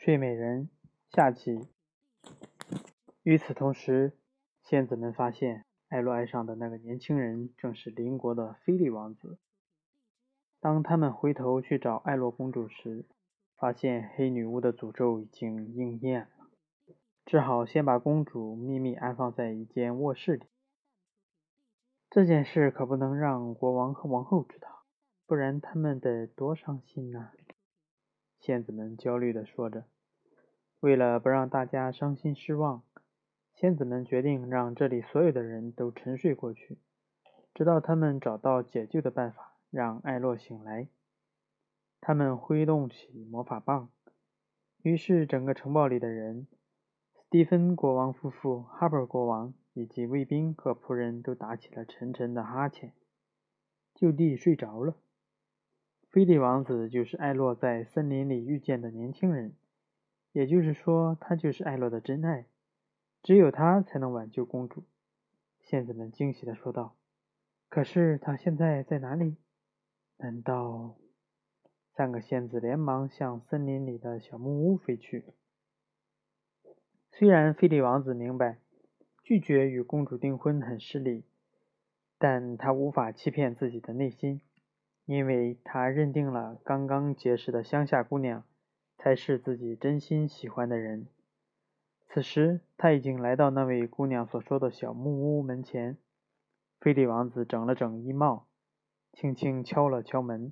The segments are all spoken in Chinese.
睡美人下集。与此同时，仙子们发现艾洛爱上的那个年轻人正是邻国的菲利王子。当他们回头去找艾洛公主时，发现黑女巫的诅咒已经应验了，只好先把公主秘密安放在一间卧室里。这件事可不能让国王和王后知道，不然他们得多伤心啊！仙子们焦虑地说着。为了不让大家伤心失望，仙子们决定让这里所有的人都沉睡过去，直到他们找到解救的办法，让艾洛醒来。他们挥动起魔法棒，于是整个城堡里的人，斯蒂芬国王夫妇、哈珀国王以及卫兵和仆人都打起了沉沉的哈欠，就地睡着了。菲利王子就是艾洛在森林里遇见的年轻人，也就是说，他就是艾洛的真爱，只有他才能挽救公主。仙子们惊喜地说道。可是他现在在哪里？难道……三个仙子连忙向森林里的小木屋飞去。虽然菲利王子明白拒绝与公主订婚很失礼，但他无法欺骗自己的内心，因为他认定了刚刚结识的乡下姑娘才是自己真心喜欢的人。此时他已经来到那位姑娘所说的小木屋门前。菲利王子整了整衣帽，轻轻敲了敲门。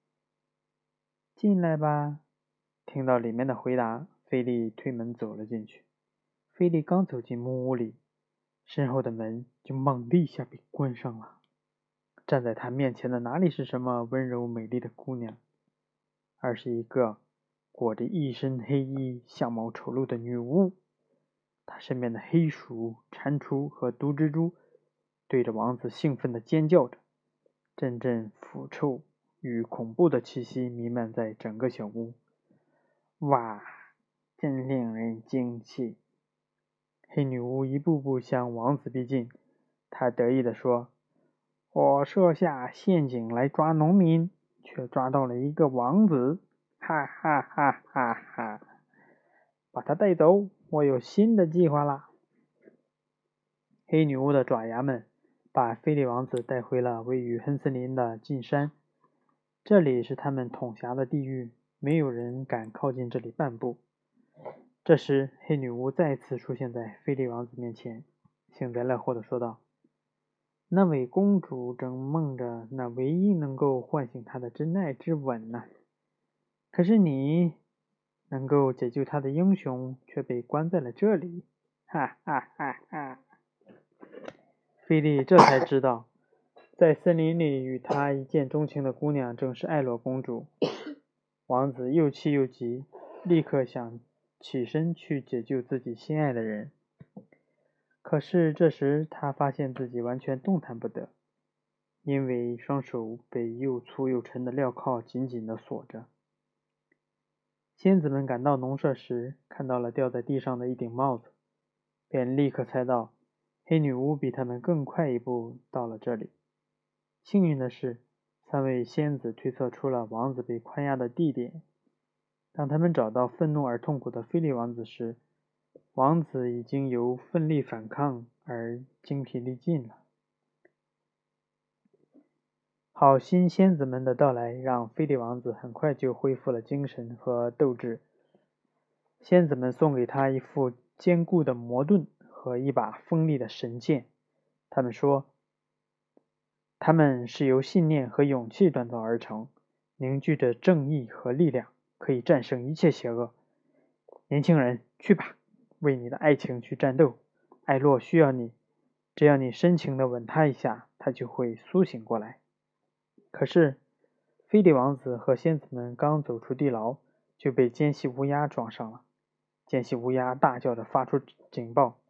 进来吧。听到里面的回答，菲利推门走了进去。菲利刚走进木屋里，身后的门就猛地一下被关上了。站在他面前的哪里是什么温柔美丽的姑娘，而是一个裹着一身黑衣、相貌丑陋的女巫。她身边的黑鼠、蟾蜍和毒蜘蛛对着王子兴奋地尖叫着，阵阵腐臭与恐怖的气息弥漫在整个小屋。哇，真令人惊奇！黑女巫一步步向王子逼近，她得意地说：“我设下陷阱来抓农民，却抓到了一个王子，哈哈哈哈哈！把他带走，我有新的计划啦！”黑女巫的爪牙们把菲利王子带回了位于亨森林的禁山，这里是他们统辖的地狱，没有人敢靠近这里半步。这时，黑女巫再次出现在菲利王子面前，幸灾乐祸地说道：“那位公主正梦着那唯一能够唤醒她的真爱之吻呢。可是你，能够解救她的英雄，却被关在了这里，哈哈哈哈！”菲利这才知道，在森林里与他一见钟情的姑娘正是艾洛公主。王子又气又急，立刻想起身去解救自己心爱的人。可是这时他发现自己完全动弹不得，因为双手被又粗又沉的镣铐紧紧地锁着。仙子们赶到农舍时，看到了掉在地上的一顶帽子，便立刻猜到黑女巫比他们更快一步到了这里。幸运的是，三位仙子推测出了王子被关押的地点。当他们找到愤怒而痛苦的菲利王子时，王子已经由奋力反抗而精疲力尽了。好心仙子们的到来让菲利王子很快就恢复了精神和斗志。仙子们送给他一副坚固的魔盾和一把锋利的神剑。他们说，他们是由信念和勇气锻造而成，凝聚着正义和力量，可以战胜一切邪恶。年轻人，去吧，为你的爱情去战斗。艾洛需要你，只要你深情地吻他一下，他就会苏醒过来。可是，菲利王子和仙子们刚走出地牢，就被奸细乌鸦撞上了。奸细乌鸦大叫着发出警报。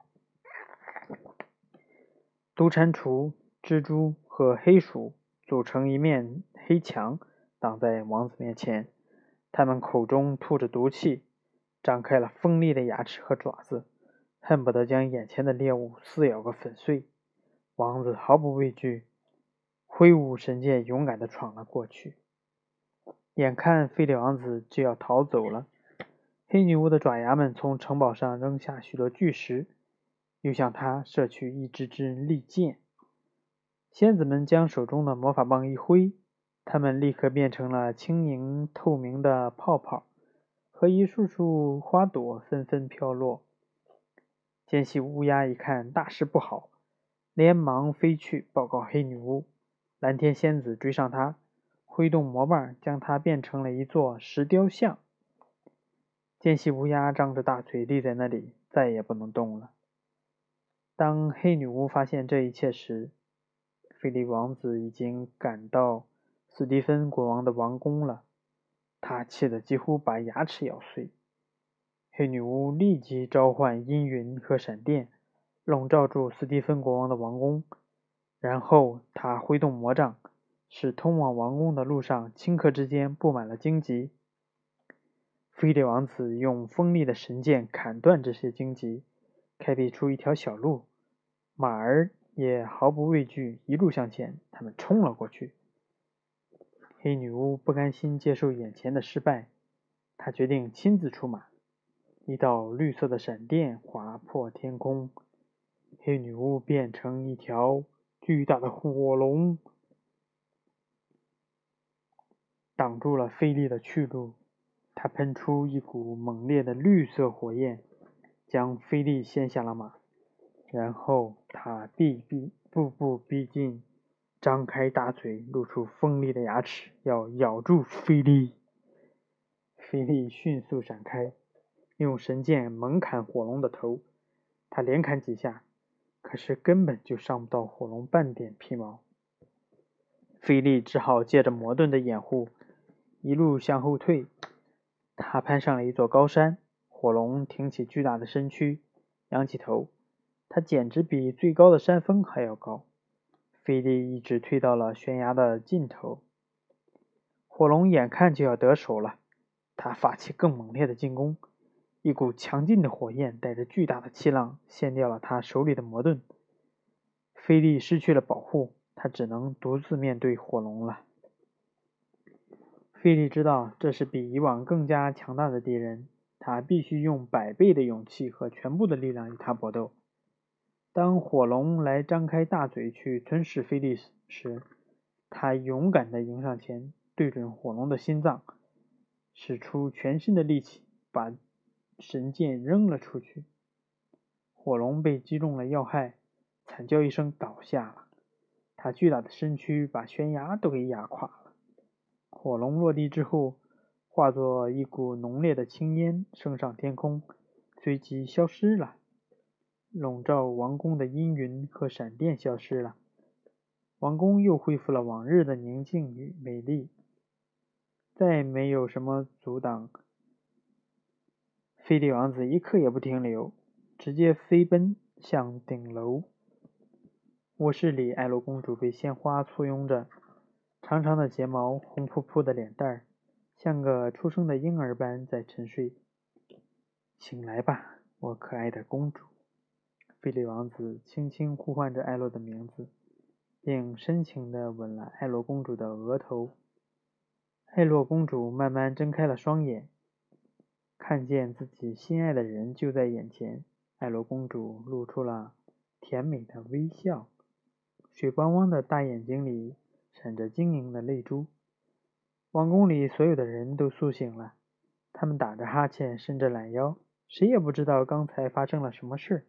毒蟾蜍、蜘蛛和黑鼠组成一面黑墙，挡在王子面前。他们口中吐着毒气，张开了锋利的牙齿和爪子，恨不得将眼前的猎物撕咬个粉碎。王子毫不畏惧，挥舞神剑，勇敢地闯了过去。眼看菲利王子就要逃走了， 黑女巫的爪牙们从城堡上扔下许多巨石，又向她射去一支支利箭。仙子们将手中的魔法棒一挥，它们立刻变成了轻盈透明的泡泡，和一束束花朵纷纷飘落。奸细乌鸦一看大事不好，连忙飞去报告黑女巫。蓝天仙子追上她，挥动魔棒将它变成了一座石雕像。奸细乌鸦张着大嘴立在那里，再也不能动了。当黑女巫发现这一切时，菲利王子已经赶到斯蒂芬国王的王宫了，他气得几乎把牙齿咬碎。黑女巫立即召唤阴云和闪电，笼罩住斯蒂芬国王的王宫，然后他挥动魔杖，使通往王宫的路上顷刻之间布满了荆棘。菲利王子用锋利的神剑砍断这些荆棘，开辟出一条小路，马儿也毫不畏惧，一路向前。他们冲了过去。黑女巫不甘心接受眼前的失败，她决定亲自出马。一道绿色的闪电划破天空，黑女巫变成一条巨大的火龙，挡住了菲利的去路。它喷出一股猛烈的绿色火焰，将菲利掀下了马。然后他步步逼近，张开大嘴，露出锋利的牙齿，要咬住菲利。菲利迅速闪开，用神剑猛砍火龙的头。他连砍几下，可是根本就伤不到火龙半点皮毛。菲利只好借着魔盾的掩护，一路向后退。他攀上了一座高山，火龙挺起巨大的身躯，仰起头，它简直比最高的山峰还要高。菲利一直退到了悬崖的尽头，火龙眼看就要得手了，他发起更猛烈的进攻，一股强劲的火焰带着巨大的气浪掀掉了他手里的魔盾。菲利失去了保护，他只能独自面对火龙了。菲利知道这是比以往更加强大的敌人，他必须用100倍的勇气和全部的力量与他搏斗。当火龙来张开大嘴去吞噬菲利时，他勇敢地迎上前，对准火龙的心脏，使出全身的力气，把神剑扔了出去。火龙被击中了要害，惨叫一声倒下了。他巨大的身躯把悬崖都给压垮了。火龙落地之后，化作一股浓烈的青烟升上天空，随即消失了。笼罩王宫的阴云和闪电消失了，王宫又恢复了往日的宁静与美丽。再没有什么阻挡菲利王子一刻也不停留，直接飞奔向顶楼。卧室里，艾罗公主被鲜花簇拥着，长长的睫毛，红扑扑的脸蛋，像个出生的婴儿般在沉睡。醒来吧，我可爱的公主。菲利王子轻轻呼唤着艾洛的名字，并深情地吻了艾洛公主的额头。艾洛公主慢慢睁开了双眼，看见自己心爱的人就在眼前。艾洛公主露出了甜美的微笑，水汪汪的大眼睛里闪着晶莹的泪珠。王宫里所有的人都苏醒了，他们打着哈欠，伸着懒腰，谁也不知道刚才发生了什么事。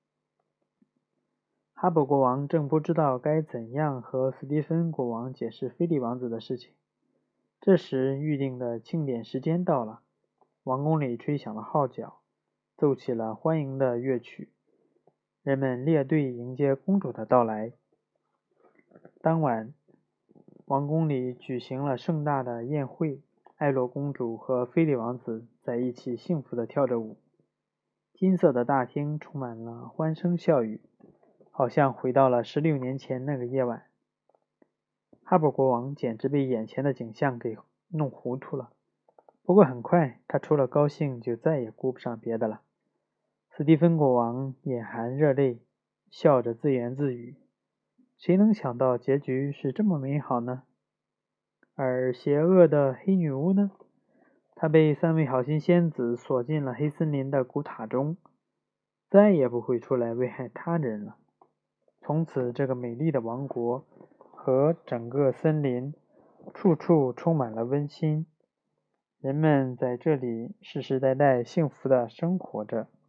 哈勃国王正不知道该怎样和斯蒂芬国王解释菲利王子的事情。这时预定的庆典时间到了，王宫里吹响了号角，奏起了欢迎的乐曲，人们列队迎接公主的到来。当晚，王宫里举行了盛大的宴会，艾洛公主和菲利王子在一起幸福地跳着舞。金色的大厅充满了欢声笑语，好像回到了16年前那个夜晚。哈勃国王简直被眼前的景象给弄糊涂了，不过很快他除了高兴就再也顾不上别的了。斯蒂芬国王眼含热泪，笑着自言自语，谁能想到结局是这么美好呢？而邪恶的黑女巫呢？ 他被3位好心仙子锁进了黑森林的古塔中，再也不会出来危害他人了。从此，这个美丽的王国和整个森林处处充满了温馨，人们在这里世世代代幸福地生活着。